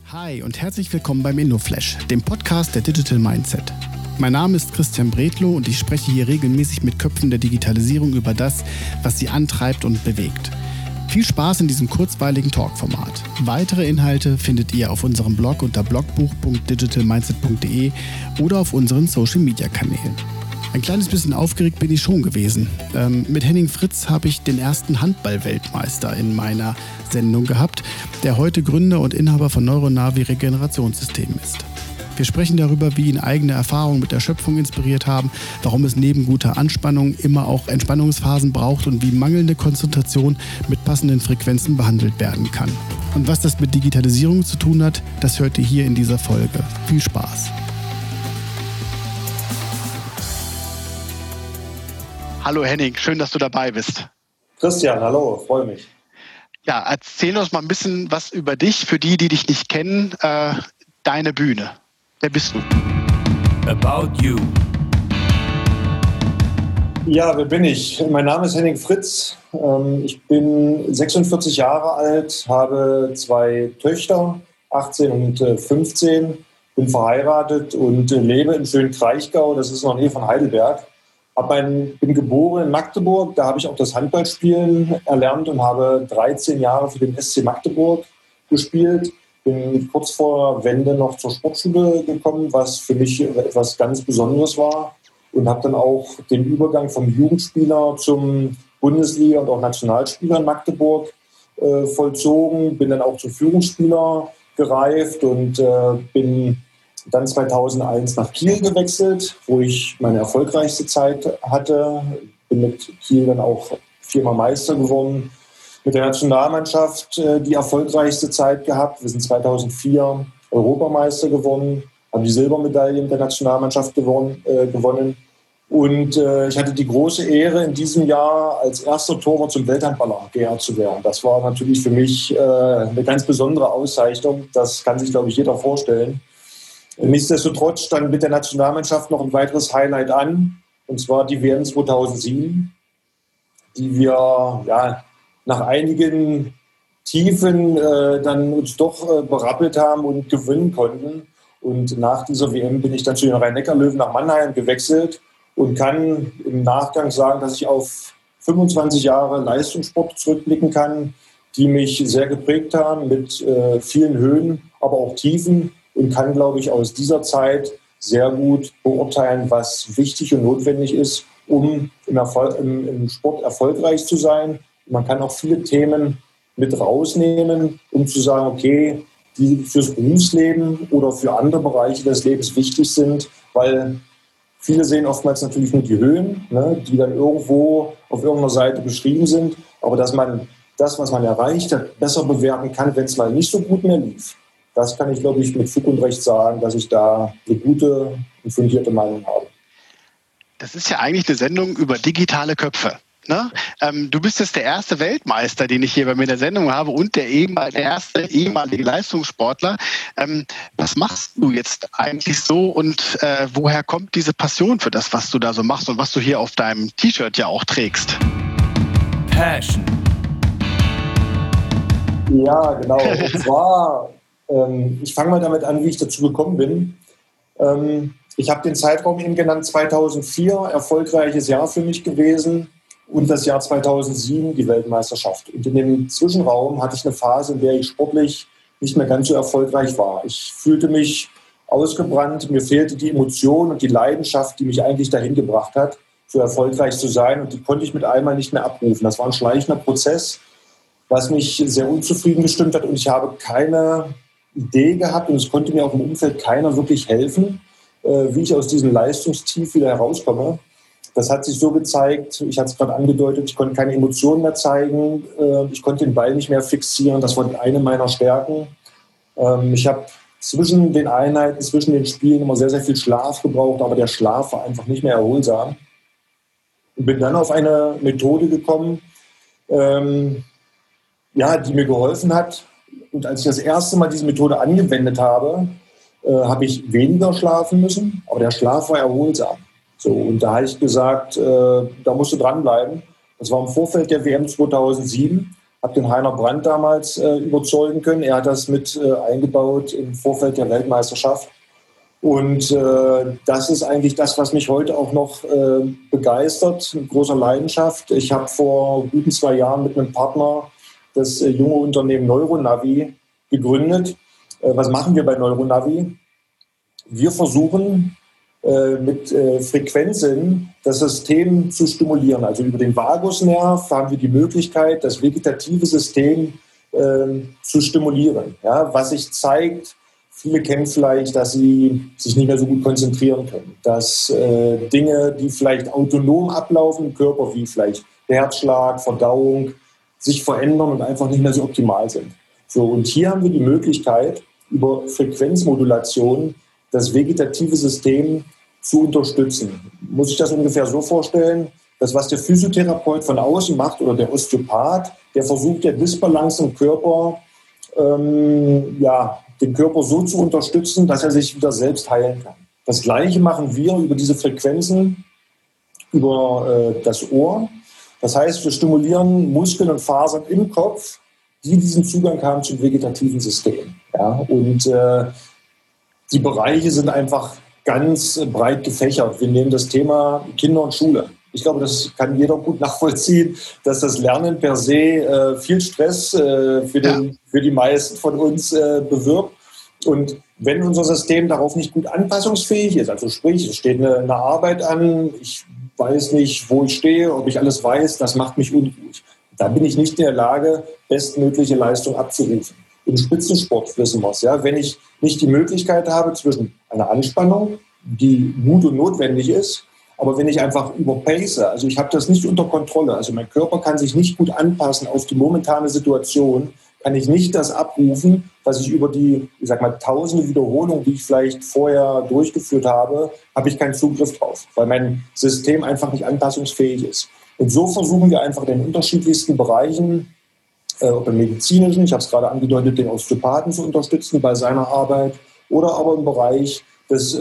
Hi und herzlich willkommen beim InnoFlash, dem Podcast der Digital Mindset. Mein Name ist Christian Bredlow und ich spreche hier regelmäßig mit Köpfen der Digitalisierung über das, was sie antreibt und bewegt. Viel Spaß in diesem kurzweiligen Talkformat. Weitere Inhalte findet ihr auf unserem Blog unter blogbuch.digitalmindset.de oder auf unseren Social-Media-Kanälen. Ein kleines bisschen aufgeregt bin ich schon gewesen. Mit Henning Fritz habe ich den ersten Handball-Weltmeister in meiner Sendung gehabt, der heute Gründer und Inhaber von Neuronavi Regenerationssystemen ist. Wir sprechen darüber, wie ihn eigene Erfahrungen mit der Schöpfung inspiriert haben, warum es neben guter Anspannung immer auch Entspannungsphasen braucht und wie mangelnde Konzentration mit passenden Frequenzen behandelt werden kann. Und was das mit Digitalisierung zu tun hat, das hört ihr hier in dieser Folge. Viel Spaß! Hallo Henning, schön, dass du dabei bist. Christian, hallo, freue mich. Ja, erzähl uns mal ein bisschen was über dich, für die dich nicht kennen, deine Bühne. Wer bist du? About you. Ja, wer bin ich? Mein Name ist Henning Fritz. Ich bin 46 Jahre alt, habe 2 Töchter, 18 und 15, bin verheiratet und lebe im schönen Kraichgau, das ist in der Nähe von Heidelberg. Bin geboren in Magdeburg, da habe ich auch das Handballspielen erlernt und habe 13 Jahre für den SC Magdeburg gespielt. Bin kurz vor Wende noch zur Sportschule gekommen, was für mich etwas ganz Besonderes war. Und habe dann auch den Übergang vom Jugendspieler zum Bundesliga- und auch Nationalspieler in Magdeburg vollzogen. Bin dann auch zum Führungsspieler gereift und bin dann 2001 nach Kiel gewechselt, wo ich meine erfolgreichste Zeit hatte. Bin mit Kiel dann auch 4-mal Meister geworden. Mit der Nationalmannschaft die erfolgreichste Zeit gehabt. Wir sind 2004 Europameister geworden, haben die Silbermedaille mit der Nationalmannschaft gewonnen. Und ich hatte die große Ehre, in diesem Jahr als erster Torwart zum Welthandballer geehrt zu werden. Das war natürlich für mich eine ganz besondere Auszeichnung. Das kann sich, glaube ich, jeder vorstellen. Nichtsdestotrotz stand mit der Nationalmannschaft noch ein weiteres Highlight an, und zwar die WM 2007, die wir nach einigen Tiefen dann uns doch berappelt haben und gewinnen konnten. Und nach dieser WM bin ich dann zu den Rhein-Neckar-Löwen nach Mannheim gewechselt und kann im Nachgang sagen, dass ich auf 25 Jahre Leistungssport zurückblicken kann, die mich sehr geprägt haben mit vielen Höhen, aber auch Tiefen. Und kann, glaube ich, aus dieser Zeit sehr gut beurteilen, was wichtig und notwendig ist, um im Sport erfolgreich zu sein. Man kann auch viele Themen mit rausnehmen, um zu sagen, okay, die fürs Berufsleben oder für andere Bereiche des Lebens wichtig sind, weil viele sehen oftmals natürlich nur die Höhen, ne, die dann irgendwo auf irgendeiner Seite beschrieben sind, aber dass man das, was man erreicht hat, besser bewerten kann, wenn es mal nicht so gut mehr lief. Das kann ich, glaube ich, mit Fug und Recht sagen, dass ich da eine gute und fundierte Meinung habe. Das ist ja eigentlich eine Sendung über digitale Köpfe. Ne? Du bist jetzt der erste Weltmeister, den ich hier bei mir in der Sendung habe und der erste ehemalige Leistungssportler. Was machst du jetzt eigentlich so und woher kommt diese Passion für das, was du da so machst und was du hier auf deinem T-Shirt ja auch trägst? Passion. Ja, genau. Und zwar... ich fange mal damit an, wie ich dazu gekommen bin. Ich habe den Zeitraum eben genannt, 2004, erfolgreiches Jahr für mich gewesen, und das Jahr 2007, die Weltmeisterschaft. Und in dem Zwischenraum hatte ich eine Phase, in der ich sportlich nicht mehr ganz so erfolgreich war. Ich fühlte mich ausgebrannt, mir fehlte die Emotion und die Leidenschaft, die mich eigentlich dahin gebracht hat, so erfolgreich zu sein, und die konnte ich mit einmal nicht mehr abrufen. Das war ein schleichender Prozess, was mich sehr unzufrieden gestimmt hat, und ich habe keine Idee gehabt und es konnte mir auch im Umfeld keiner wirklich helfen, wie ich aus diesem Leistungstief wieder herauskomme. Das hat sich so gezeigt, ich hatte es gerade angedeutet, ich konnte keine Emotionen mehr zeigen, ich konnte den Ball nicht mehr fixieren, das war eine meiner Stärken. Ich habe zwischen den Einheiten, zwischen den Spielen immer sehr, sehr viel Schlaf gebraucht, aber der Schlaf war einfach nicht mehr erholsam. Und bin dann auf eine Methode gekommen, die mir geholfen hat. Und als ich das erste Mal diese Methode angewendet habe, habe ich weniger schlafen müssen, aber der Schlaf war erholsam. So, und da habe ich gesagt, da musst du dranbleiben. Das war im Vorfeld der WM 2007, habe den Heiner Brandt damals überzeugen können. Er hat das mit eingebaut im Vorfeld der Weltmeisterschaft. Und das ist eigentlich das, was mich heute auch noch begeistert, mit großer Leidenschaft. Ich habe vor guten 2 Jahren mit einem Partner das junge Unternehmen Neuronavi gegründet. Was machen wir bei Neuronavi? Wir versuchen mit Frequenzen das System zu stimulieren. Also über den Vagusnerv haben wir die Möglichkeit, das vegetative System zu stimulieren. Ja, was sich zeigt, viele kennen vielleicht, dass sie sich nicht mehr so gut konzentrieren können. Dass Dinge, die vielleicht autonom ablaufen im Körper, wie vielleicht Herzschlag, Verdauung, sich verändern und einfach nicht mehr so optimal sind. So, und hier haben wir die Möglichkeit, über Frequenzmodulation das vegetative System zu unterstützen. Muss ich das ungefähr so vorstellen, dass was der Physiotherapeut von außen macht oder der Osteopath, der versucht, der Disbalance im Körper, den Körper so zu unterstützen, dass er sich wieder selbst heilen kann. Das Gleiche machen wir über diese Frequenzen, über das Ohr. Das heißt, wir stimulieren Muskeln und Fasern im Kopf, die diesen Zugang haben zum vegetativen System. Ja? Und die Bereiche sind einfach ganz breit gefächert. Wir nehmen das Thema Kinder und Schule. Ich glaube, das kann jeder gut nachvollziehen, dass das Lernen per se viel Stress für die meisten von uns bewirkt. Und wenn unser System darauf nicht gut anpassungsfähig ist, also sprich, es steht eine Arbeit an, ich weiß nicht, wo ich stehe, ob ich alles weiß, das macht mich unruhig. Da bin ich nicht in der Lage, bestmögliche Leistung abzurufen. Im Spitzensport wissen wir es. Ja? Wenn ich nicht die Möglichkeit habe zwischen einer Anspannung, die gut und notwendig ist, aber wenn ich einfach überpace, also ich habe das nicht unter Kontrolle, also mein Körper kann sich nicht gut anpassen auf die momentane Situation, kann ich nicht das abrufen, was ich über die, ich sag mal, tausende Wiederholungen, die ich vielleicht vorher durchgeführt habe, habe ich keinen Zugriff drauf, weil mein System einfach nicht anpassungsfähig ist. Und so versuchen wir einfach in den unterschiedlichsten Bereichen, ob im medizinischen, ich habe es gerade angedeutet, den Osteopathen zu unterstützen bei seiner Arbeit oder aber im Bereich des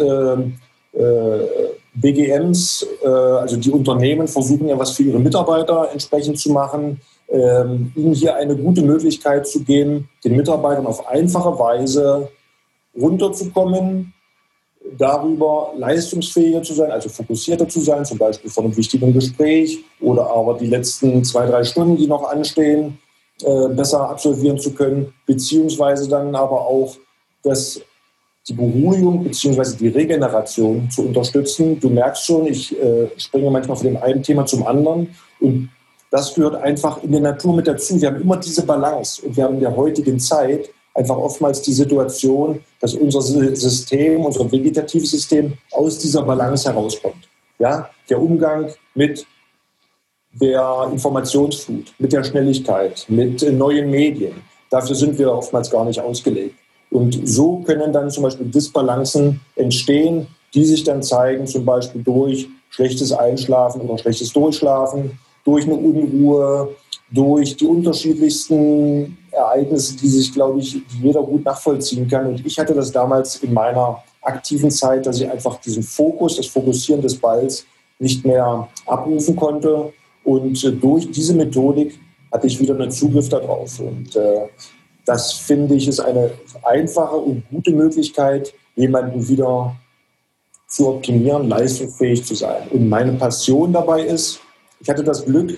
BGMs, also die Unternehmen versuchen ja was für ihre Mitarbeiter entsprechend zu machen, ihnen hier eine gute Möglichkeit zu geben, den Mitarbeitern auf einfache Weise runterzukommen, darüber leistungsfähiger zu sein, also fokussierter zu sein, zum Beispiel von einem wichtigen Gespräch oder aber die letzten 2-3 Stunden, die noch anstehen, besser absolvieren zu können, beziehungsweise dann aber auch die Beruhigung beziehungsweise die Regeneration zu unterstützen. Du merkst schon, ich springe manchmal von dem einen Thema zum anderen und das gehört einfach in der Natur mit dazu. Wir haben immer diese Balance und wir haben in der heutigen Zeit einfach oftmals die Situation, dass unser System, unser vegetatives System aus dieser Balance herauskommt. Ja? Der Umgang mit der Informationsflut, mit der Schnelligkeit, mit neuen Medien. Dafür sind wir oftmals gar nicht ausgelegt. Und so können dann zum Beispiel Disbalancen entstehen, die sich dann zeigen, zum Beispiel durch schlechtes Einschlafen oder schlechtes Durchschlafen, durch eine Unruhe, durch die unterschiedlichsten Ereignisse, die sich, glaube ich, jeder gut nachvollziehen kann. Und ich hatte das damals in meiner aktiven Zeit, dass ich einfach diesen Fokus, das Fokussieren des Balls nicht mehr abrufen konnte. Und durch diese Methodik hatte ich wieder einen Zugriff darauf. Und das, finde ich, ist eine einfache und gute Möglichkeit, jemanden wieder zu optimieren, leistungsfähig zu sein. Und meine Passion dabei ist, ich hatte das Glück,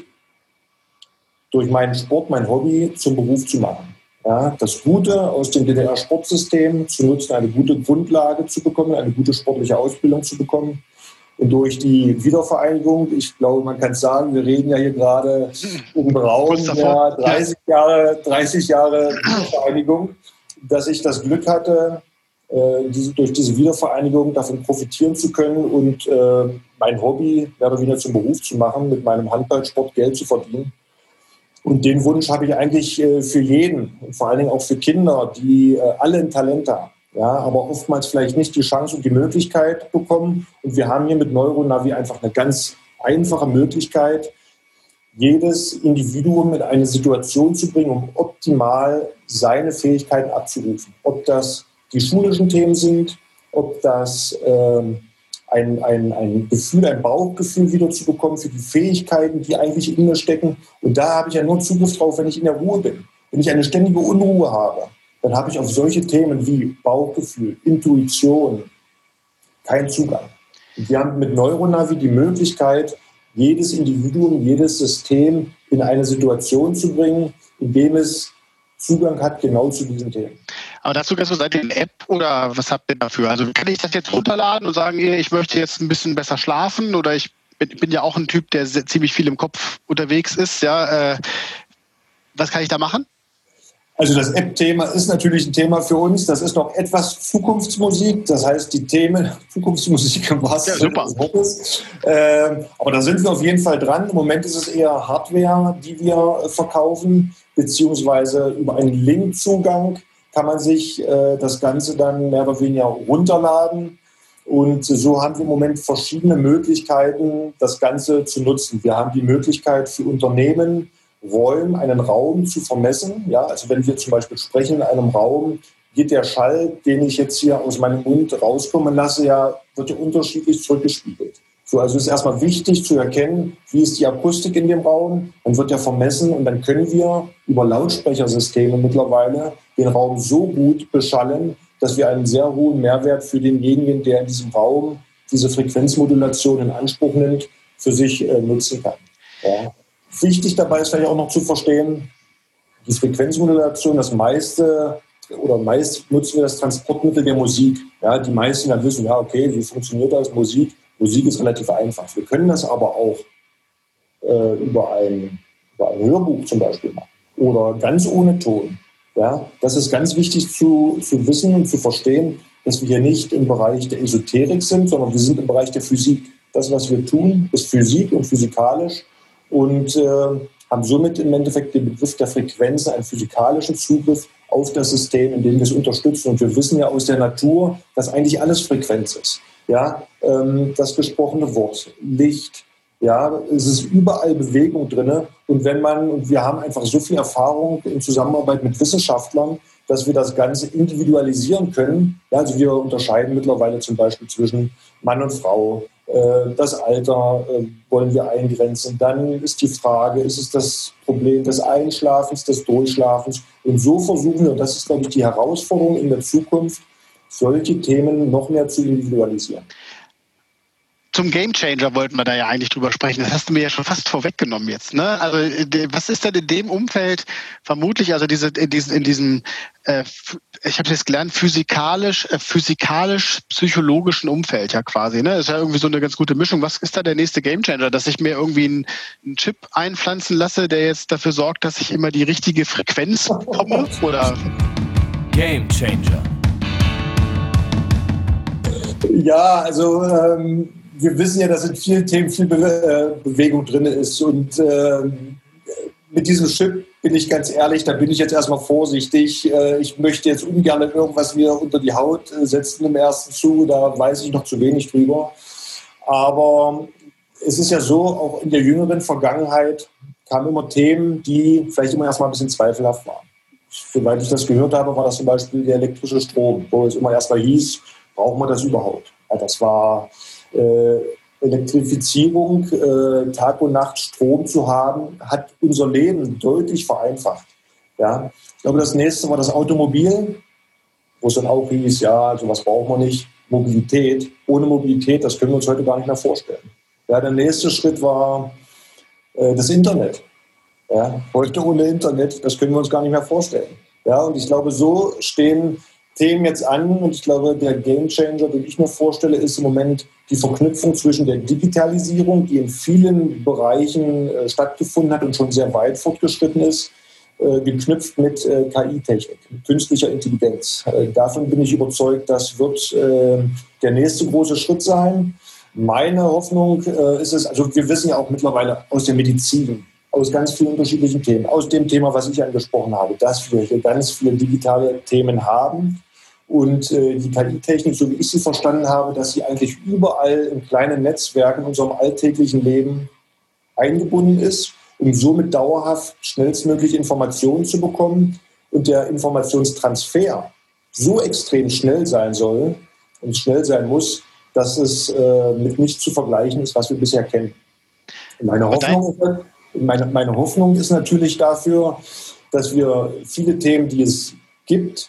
durch meinen Sport, mein Hobby zum Beruf zu machen. Ja, das Gute aus dem DDR-Sportsystem zu nutzen, eine gute Grundlage zu bekommen, eine gute sportliche Ausbildung zu bekommen. Und durch die Wiedervereinigung, ich glaube, man kann sagen, wir reden ja hier gerade im Raum, 30 Jahre Wiedervereinigung, dass ich das Glück hatte, durch diese Wiedervereinigung davon profitieren zu können und mein Hobby mehr oder weniger zum Beruf zu machen, mit meinem Handballsport Geld zu verdienen. Und den Wunsch habe ich eigentlich für jeden, und vor allen Dingen auch für Kinder, die alle ein Talent haben. Ja, aber oftmals vielleicht nicht die Chance und die Möglichkeit bekommen. Und wir haben hier mit Neuronavi einfach eine ganz einfache Möglichkeit, jedes Individuum in eine Situation zu bringen, um optimal seine Fähigkeiten abzurufen. Ob das die schulischen Themen sind, ob das ein Gefühl, ein Bauchgefühl wieder zu bekommen für die Fähigkeiten, die eigentlich in mir stecken. Und da habe ich ja nur Zugriff drauf, wenn ich in der Ruhe bin. Wenn ich eine ständige Unruhe habe, dann habe ich auf solche Themen wie Bauchgefühl, Intuition keinen Zugang. Und wir haben mit Neuronavi die Möglichkeit, jedes Individuum, jedes System in eine Situation zu bringen, in dem es Zugang hat genau zu diesen Themen. Aber dazu kannst du seid ihr eine App oder was habt ihr dafür? Also kann ich das jetzt runterladen und sagen, ich möchte jetzt ein bisschen besser schlafen oder ich bin ja auch ein Typ, der ziemlich viel im Kopf unterwegs ist. Ja, was kann ich da machen? Also das App-Thema ist natürlich ein Thema für uns. Das ist noch etwas Zukunftsmusik. Das heißt, die Themen Zukunftsmusik im wahrsten Sinne des Wortes. Aber da sind wir auf jeden Fall dran. Im Moment ist es eher Hardware, die wir verkaufen, beziehungsweise über einen Linkzugang kann man sich das Ganze dann mehr oder weniger runterladen. Und so haben wir im Moment verschiedene Möglichkeiten, das Ganze zu nutzen. Wir haben die Möglichkeit für Unternehmen, Räumen, einen Raum zu vermessen. Ja, also wenn wir zum Beispiel sprechen in einem Raum, geht der Schall, den ich jetzt hier aus meinem Mund rauskommen lasse, wird ja unterschiedlich zurückgespiegelt. So, also ist erstmal wichtig zu erkennen, wie ist die Akustik in dem Raum, dann wird ja vermessen und dann können wir über Lautsprechersysteme mittlerweile den Raum so gut beschallen, dass wir einen sehr hohen Mehrwert für denjenigen, der in diesem Raum diese Frequenzmodulation in Anspruch nimmt, für sich nutzen kann. Ja. Wichtig dabei ist vielleicht auch noch zu verstehen, die Frequenzmodulation, meist nutzen wir das Transportmittel der Musik. Ja, die meisten dann wissen, ja okay, wie funktioniert das, Musik? Musik ist relativ einfach. Wir können das aber auch über ein Hörbuch zum Beispiel machen oder ganz ohne Ton. Ja, das ist ganz wichtig zu wissen und zu verstehen, dass wir hier nicht im Bereich der Esoterik sind, sondern wir sind im Bereich der Physik. Das, was wir tun, ist Physik und physikalisch und haben somit im Endeffekt den Begriff der Frequenzen, einen physikalischen Zugriff auf das System, in dem wir es unterstützen. Und wir wissen ja aus der Natur, dass eigentlich alles Frequenz ist. Ja, das gesprochene Wort, Licht, ja, es ist überall Bewegung drin. Und wir haben einfach so viel Erfahrung in Zusammenarbeit mit Wissenschaftlern, dass wir das Ganze individualisieren können. Ja, also wir unterscheiden mittlerweile zum Beispiel zwischen Mann und Frau. Das Alter wollen wir eingrenzen. Dann ist die Frage, ist es das Problem des Einschlafens, des Durchschlafens? Und so versuchen wir, und das ist, glaube ich, die Herausforderung in der Zukunft, solche Themen noch mehr zu individualisieren. Zum Gamechanger wollten wir da ja eigentlich drüber sprechen. Das hast du mir ja schon fast vorweggenommen jetzt. Ne? Also was ist denn in dem Umfeld vermutlich, also ich habe jetzt gelernt, physikalisch-psychologischen Umfeld ja quasi. Ne? Das ist ja irgendwie so eine ganz gute Mischung. Was ist da der nächste Gamechanger? Dass ich mir irgendwie einen Chip einpflanzen lasse, der jetzt dafür sorgt, dass ich immer die richtige Frequenz bekomme? Oder? Gamechanger. Ja, also wir wissen ja, dass in vielen Themen viel Bewegung drin ist. Und mit diesem Chip bin ich ganz ehrlich, da bin ich jetzt erstmal vorsichtig. Ich möchte jetzt ungern irgendwas mir unter die Haut setzen im ersten Zug. Da weiß ich noch zu wenig drüber. Aber es ist ja so, auch in der jüngeren Vergangenheit kamen immer Themen, die vielleicht immer erstmal ein bisschen zweifelhaft waren. Soweit ich das gehört habe, war das zum Beispiel der elektrische Strom, wo es immer erstmal hieß, brauchen wir das überhaupt? Ja, das war Elektrifizierung, Tag und Nacht Strom zu haben, hat unser Leben deutlich vereinfacht. Ja? Ich glaube, das nächste war das Automobil, wo es dann auch hieß, ja, sowas brauchen wir nicht. Mobilität. Ohne Mobilität, das können wir uns heute gar nicht mehr vorstellen. Ja, der nächste Schritt war das Internet. Ja? Heute ohne Internet, das können wir uns gar nicht mehr vorstellen. Ja? Und ich glaube, so stehen Themen jetzt an und ich glaube, der Gamechanger, den ich mir vorstelle, ist im Moment die Verknüpfung zwischen der Digitalisierung, die in vielen Bereichen stattgefunden hat und schon sehr weit fortgeschritten ist, geknüpft mit KI-Technik, künstlicher Intelligenz. Davon bin ich überzeugt, das wird der nächste große Schritt sein. Meine Hoffnung ist es, also wir wissen ja auch mittlerweile aus der Medizin, aus ganz vielen unterschiedlichen Themen, aus dem Thema, was ich angesprochen habe, dass wir hier ganz viele digitale Themen haben. Und die KI-Technik, so wie ich sie verstanden habe, dass sie eigentlich überall in kleinen Netzwerken in unserem alltäglichen Leben eingebunden ist, um somit dauerhaft schnellstmöglich Informationen zu bekommen. Und der Informationstransfer so extrem schnell sein soll und schnell sein muss, dass es mit nichts zu vergleichen ist, was wir bisher kennen. Meine Hoffnung ist natürlich dafür, dass wir viele Themen, die es gibt,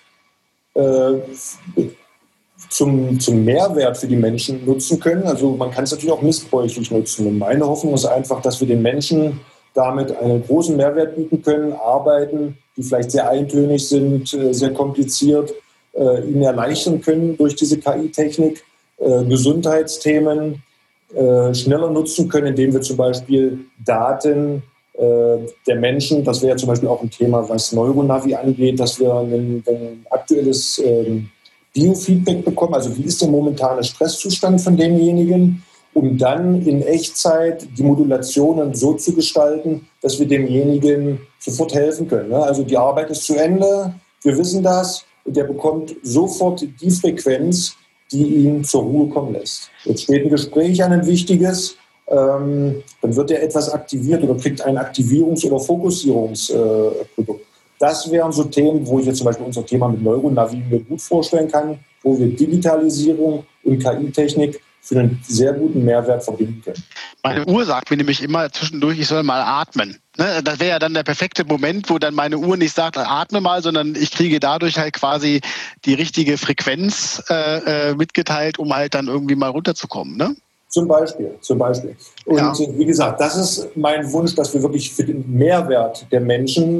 zum Mehrwert für die Menschen nutzen können. Also man kann es natürlich auch missbräuchlich nutzen. Und meine Hoffnung ist einfach, dass wir den Menschen damit einen großen Mehrwert bieten können, Arbeiten, die vielleicht sehr eintönig sind, sehr kompliziert, ihnen erleichtern können durch diese KI-Technik, Gesundheitsthemen schneller nutzen können, indem wir zum Beispiel Daten der Menschen, das wäre zum Beispiel auch ein Thema, was Neuronavi angeht, dass wir ein aktuelles Biofeedback bekommen, also wie ist der momentane Stresszustand von demjenigen, um dann in Echtzeit die Modulationen so zu gestalten, dass wir demjenigen sofort helfen können. Also die Arbeit ist zu Ende, wir wissen das, und der bekommt sofort die Frequenz, die ihn zur Ruhe kommen lässt. Jetzt steht ein Gespräch an, ein wichtiges, dann wird er etwas aktiviert oder kriegt ein Aktivierungs- oder Fokussierungsprodukt. Das wären so Themen, wo ich jetzt zum Beispiel unser Thema mit Neuronavi mir gut vorstellen kann, wo wir Digitalisierung und KI-Technik für einen sehr guten Mehrwert verbinden können. Meine Uhr sagt mir nämlich immer zwischendurch, ich soll mal atmen. Das wäre ja dann der perfekte Moment, wo dann meine Uhr nicht sagt, atme mal, sondern ich kriege dadurch halt quasi die richtige Frequenz mitgeteilt, um halt dann irgendwie mal runterzukommen, ne? Zum Beispiel. Und ja, wie gesagt, das ist mein Wunsch, dass wir wirklich für den Mehrwert der Menschen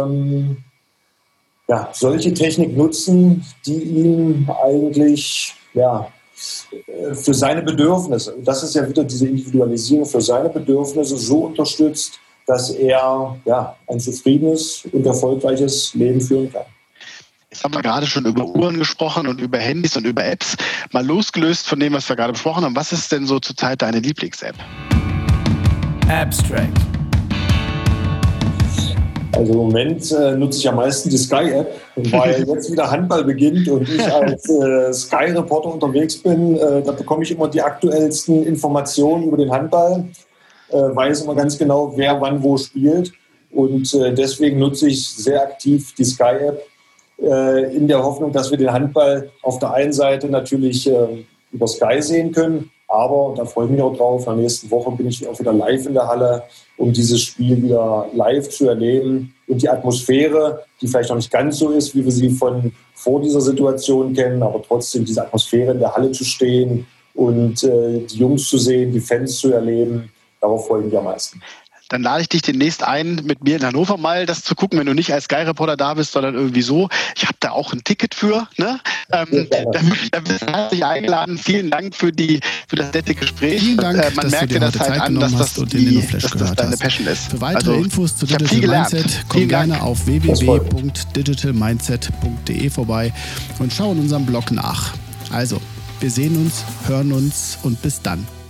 solche Technik nutzen, die ihm eigentlich für seine Bedürfnisse, das ist ja wieder diese Individualisierung, für seine Bedürfnisse so unterstützt, dass er ein zufriedenes und erfolgreiches Leben führen kann. Jetzt haben wir gerade schon über Uhren gesprochen und über Handys und über Apps. Mal losgelöst von dem, was wir gerade besprochen haben, was ist denn so zurzeit deine Lieblings-App? Abstract. Also im Moment nutze ich am meisten die Sky-App, weil jetzt wieder Handball beginnt und ich als Sky-Reporter unterwegs bin. Da bekomme ich immer die aktuellsten Informationen über den Handball, weiß immer ganz genau, wer wann wo spielt. Und deswegen nutze ich sehr aktiv die Sky-App in der Hoffnung, dass wir den Handball auf der einen Seite natürlich über Sky sehen können, aber, da freue ich mich auch drauf, in der nächsten Woche bin ich auch wieder live in der Halle, um dieses Spiel wieder live zu erleben und die Atmosphäre, die vielleicht noch nicht ganz so ist, wie wir sie von vor dieser Situation kennen, aber trotzdem diese Atmosphäre in der Halle zu stehen und die Jungs zu sehen, die Fans zu erleben, darauf freue ich mich am meisten. Dann lade ich dich demnächst ein, mit mir in Hannover mal das zu gucken, wenn du nicht als Sky-Reporter da bist, sondern irgendwie so. Ich habe da auch ein Ticket für. Ne? Da bist du herzlich eingeladen. Vielen Dank für das nette Gespräch. Vielen Dank, man dass merkt du dir dir heute das halt Zeit an, dass genommen das, hast und den InnoFlash gehört deine hast. Passion ist. Für weitere Infos zu Digital Mindset komm gerne auf www.digitalmindset.de vorbei und schau in unserem Blog nach. Also, wir sehen uns, hören uns und bis dann.